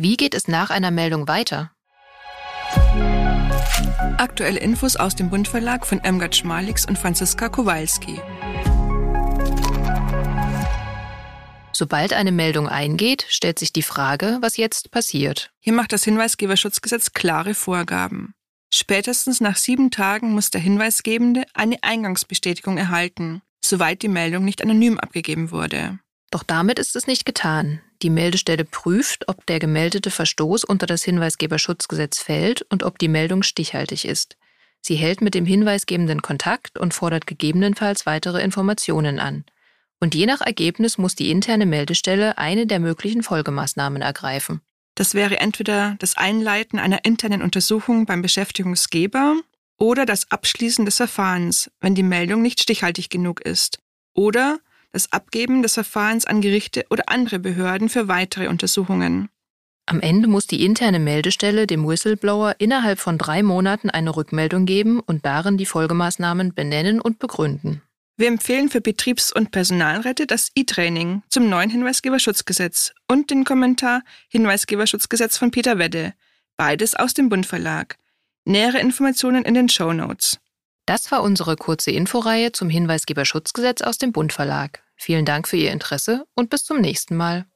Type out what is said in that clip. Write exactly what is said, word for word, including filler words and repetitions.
Wie geht es nach einer Meldung weiter? Aktuelle Infos aus dem Bund-Verlag von Emgard Schmalix und Franziska Kowalski. Sobald eine Meldung eingeht, stellt sich die Frage, was jetzt passiert. Hier macht das Hinweisgeberschutzgesetz klare Vorgaben. Spätestens nach sieben Tagen muss der Hinweisgebende eine Eingangsbestätigung erhalten, soweit die Meldung nicht anonym abgegeben wurde. Doch damit ist es nicht getan. Die Meldestelle prüft, ob der gemeldete Verstoß unter das Hinweisgeberschutzgesetz fällt und ob die Meldung stichhaltig ist. Sie hält mit dem Hinweisgebenden Kontakt und fordert gegebenenfalls weitere Informationen an. Und je nach Ergebnis muss die interne Meldestelle eine der möglichen Folgemaßnahmen ergreifen. Das wäre entweder das Einleiten einer internen Untersuchung beim Beschäftigungsgeber oder das Abschließen des Verfahrens, wenn die Meldung nicht stichhaltig genug ist, oder das Abgeben des Verfahrens an Gerichte oder andere Behörden für weitere Untersuchungen. Am Ende muss die interne Meldestelle dem Whistleblower innerhalb von drei Monaten eine Rückmeldung geben und darin die Folgemaßnahmen benennen und begründen. Wir empfehlen für Betriebs- und Personalräte das E-Training zum neuen Hinweisgeberschutzgesetz und den Kommentar Hinweisgeberschutzgesetz von Peter Wedde, beides aus dem Bund-Verlag. Nähere Informationen in den Shownotes. Das war unsere kurze Inforeihe zum Hinweisgeberschutzgesetz aus dem Bund-Verlag. Vielen Dank für Ihr Interesse und bis zum nächsten Mal.